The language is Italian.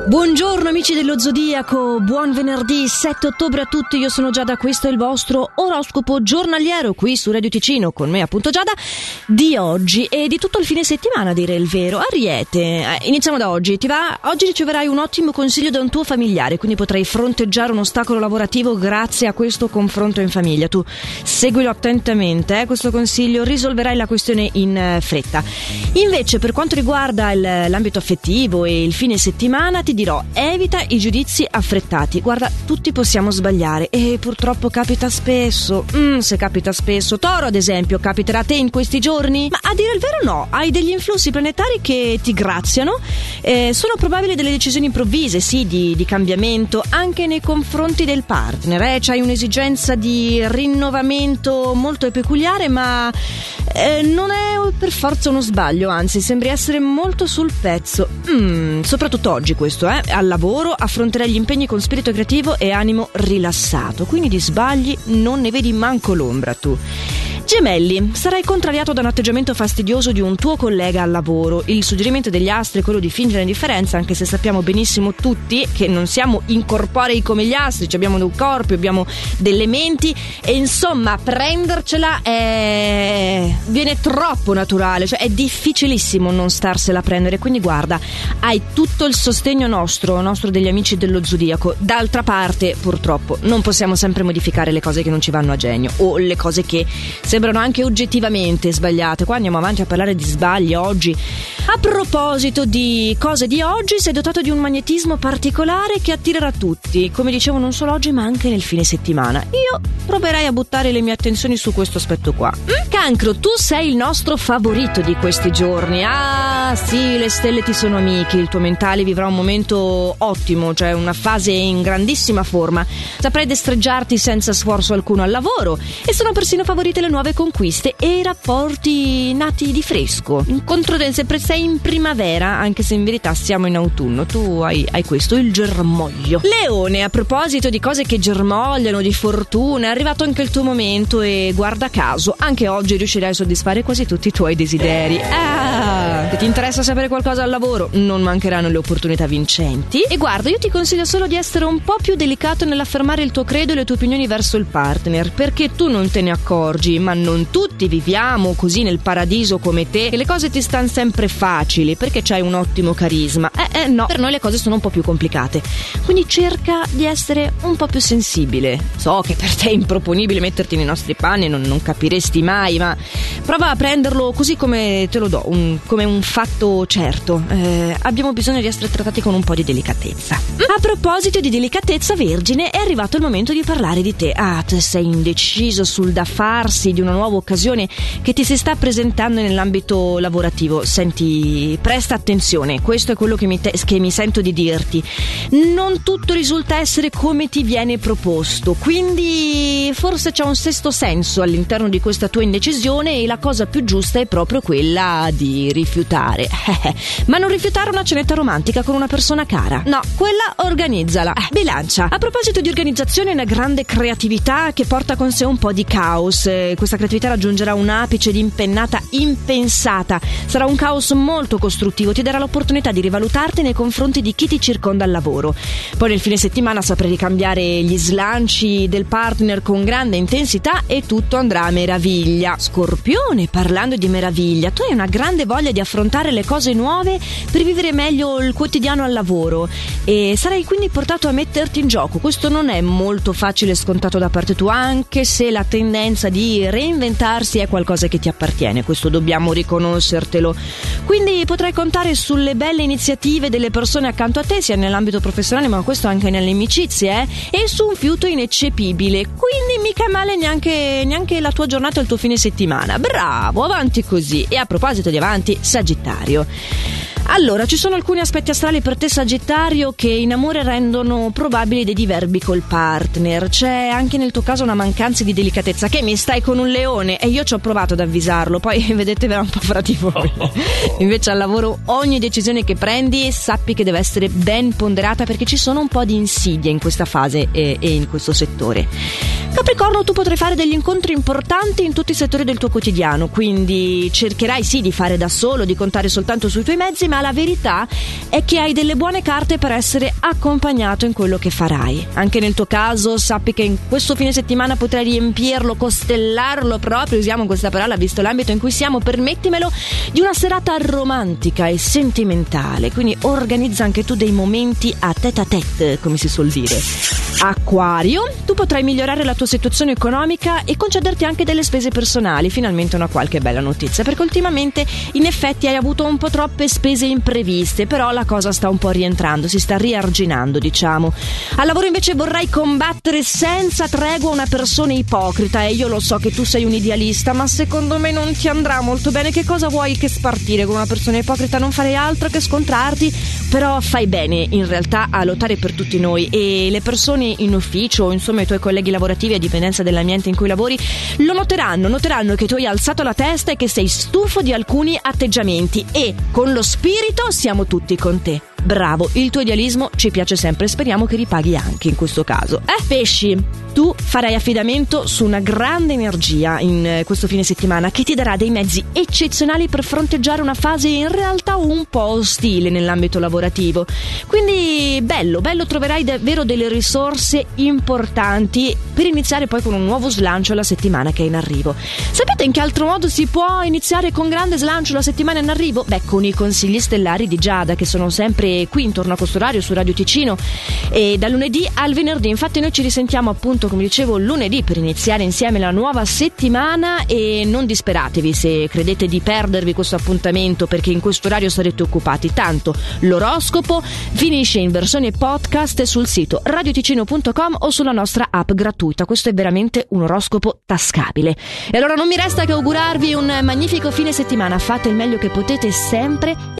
Buongiorno amici dello Zodiaco, buon venerdì 7 ottobre a tutti, io sono Giada, questo è il vostro oroscopo giornaliero qui su Radio Ticino, con me appunto Giada, di oggi e di tutto il fine settimana a dire il vero. Ariete, iniziamo da oggi, ti va? Oggi riceverai un ottimo consiglio da un tuo familiare, quindi potrai fronteggiare un ostacolo lavorativo grazie a questo confronto in famiglia. Tu seguilo attentamente, questo consiglio, risolverai la questione in fretta. Invece per quanto riguarda l'ambito affettivo e il fine settimana ti dirò, evita i giudizi affrettati. Guarda, tutti possiamo sbagliare e purtroppo capita spesso. Se capita spesso, Toro ad esempio, capiterà a te in questi giorni? Ma a dire il vero no, hai degli influssi planetari che ti graziano, sono probabili delle decisioni improvvise, sì, di cambiamento anche nei confronti del partner, c'hai un'esigenza di rinnovamento molto peculiare, ma non è per forza uno sbaglio, anzi sembri essere molto sul pezzo, soprattutto oggi questo, al lavoro affronterai gli impegni con spirito creativo e animo rilassato, quindi di sbagli non ne vedi manco l'ombra tu. Gemelli, sarai contrariato da un atteggiamento fastidioso di un tuo collega al lavoro. Il suggerimento degli astri è quello di fingere indifferenza, anche se sappiamo benissimo tutti che non siamo incorporei come gli astri, abbiamo dei corpi, abbiamo delle menti e insomma prendercela viene troppo naturale, cioè è difficilissimo non starsela a prendere, quindi guarda, hai tutto il sostegno nostro degli amici dello Zodiaco. D'altra parte purtroppo non possiamo sempre modificare le cose che non ci vanno a genio o le cose che sembrano anche oggettivamente sbagliate. Qua andiamo avanti a parlare di sbagli oggi. A proposito di cose di oggi, sei dotato di un magnetismo particolare che attirerà tutti, come dicevo non solo oggi ma anche nel fine settimana. Io proverei a buttare le mie attenzioni su questo aspetto qua. Cancro, tu sei il nostro favorito di questi giorni. Ah sì, le stelle ti sono amiche, il tuo mentale vivrà un momento ottimo, cioè una fase in grandissima forma. Saprai destreggiarti senza sforzo alcuno al lavoro e sono persino favorite le nuove conquiste e i rapporti nati di fresco. In controtendenza, sempre sei in primavera, anche se in verità siamo in autunno. Tu hai questo, il germoglio. Leone, a proposito di cose che germogliano, di fortuna, è arrivato anche il tuo momento e guarda caso, anche oggi riuscirai a soddisfare quasi tutti i tuoi desideri. Se ti interessa sapere qualcosa al lavoro, non mancheranno le opportunità vincenti. E guarda, io ti consiglio solo di essere un po' più delicato nell'affermare il tuo credo e le tue opinioni verso il partner, perché tu non te ne accorgi, ma non tutti viviamo così nel paradiso come te, che le cose ti stanno sempre facili perché c'hai un ottimo carisma. No, per noi le cose sono un po' più complicate, quindi cerca di essere un po' più sensibile. So che per te è improponibile metterti nei nostri panni, non capiresti mai, ma prova a prenderlo così come te lo do, come un fatto certo. Abbiamo bisogno di essere trattati con un po' di delicatezza. A proposito di delicatezza, Vergine, è arrivato il momento di parlare di te. Tu sei indeciso sul da farsi di una nuova occasione che ti si sta presentando nell'ambito lavorativo. Senti, presta attenzione, questo è quello che mi sento di dirti. Non tutto risulta essere come ti viene proposto, quindi forse c'è un sesto senso all'interno di questa tua indecisione e la cosa più giusta è proprio quella di rifiutare. Ma non rifiutare una cenetta romantica con una persona cara, no, quella organizzala. Bilancia, a proposito di organizzazione, una grande creatività che porta con sé un po' di caos. Questa creatività raggiungerà un apice di impennata impensata, sarà un caos molto costruttivo, ti darà l'opportunità di rivalutarti nei confronti di chi ti circonda al lavoro. Poi nel fine settimana saprai ricambiare gli slanci del partner con grande intensità e tutto andrà a meraviglia. Scorpione, parlando di meraviglia, tu hai una grande voglia di affrontare le cose nuove per vivere meglio il quotidiano al lavoro e sarai quindi portato a metterti in gioco. Questo non è molto facile e scontato da parte tua, anche se la tendenza di reinventarsi è qualcosa che ti appartiene, questo dobbiamo riconoscertelo. Quindi potrai contare sulle belle iniziative delle persone accanto a te, sia nell'ambito professionale ma questo anche nelle amicizie, e su un fiuto ineccepibile, quindi mica male neanche la tua giornata o il tuo fine settimana. Bravo, avanti così. E a proposito di avanti, Sagittario, allora ci sono alcuni aspetti astrali per te Sagittario che in amore rendono probabili dei diverbi col partner. C'è anche nel tuo caso una mancanza di delicatezza. Che mi stai con un leone? E io ci ho provato ad avvisarlo, poi vedetevela un po' fra di voi. Invece al lavoro ogni decisione che prendi sappi che deve essere ben ponderata, perché ci sono un po' di insidie in questa fase e in questo settore. Capricorno, tu potrai fare degli incontri importanti in tutti i settori del tuo quotidiano, quindi cercherai sì di fare da solo, di contare soltanto sui tuoi mezzi, ma ma la verità è che hai delle buone carte per essere accompagnato in quello che farai. Anche nel tuo caso sappi che in questo fine settimana potrai riempirlo, costellarlo proprio, usiamo questa parola visto l'ambito in cui siamo, permettimelo, di una serata romantica e sentimentale. Quindi organizza anche tu dei momenti a tête, come si suol dire. Acquario, tu potrai migliorare la tua situazione economica e concederti anche delle spese personali, finalmente una qualche bella notizia, perché ultimamente in effetti hai avuto un po' troppe spese impreviste, però la cosa sta un po' rientrando, si sta riarginando, diciamo. Al lavoro invece vorrai combattere senza tregua una persona ipocrita, e io lo so che tu sei un idealista, ma secondo me non ti andrà molto bene. Che cosa vuoi che spartire con una persona ipocrita? Non farei altro che scontrarti, però fai bene in realtà a lottare per tutti noi, e le persone in ufficio o insomma i tuoi colleghi lavorativi, a dipendenza dell'ambiente in cui lavori, lo noteranno che tu hai alzato la testa e che sei stufo di alcuni atteggiamenti, e con lo spirito siamo tutti con te. Bravo, il tuo idealismo ci piace sempre, speriamo che ripaghi anche in questo caso. Pesci, tu farai affidamento su una grande energia in questo fine settimana che ti darà dei mezzi eccezionali per fronteggiare una fase in realtà un po' ostile nell'ambito lavorativo. Quindi bello, troverai davvero delle risorse importanti per iniziare poi con un nuovo slancio la settimana che è in arrivo. Sapete in che altro modo si può iniziare con grande slancio la settimana in arrivo? Con i consigli stellari di Giada, che sono sempre qui intorno a questo orario su Radio Ticino, e dal lunedì al venerdì. Infatti noi ci risentiamo appunto, come dicevo, lunedì per iniziare insieme la nuova settimana, e non disperatevi se credete di perdervi questo appuntamento, perché in questo orario sarete occupati. Tanto l'oroscopo finisce in versione podcast sul sito radioticino.com o sulla nostra app gratuita. Questo è veramente un oroscopo tascabile. E allora non mi resta che augurarvi un magnifico fine settimana. Fate il meglio che potete sempre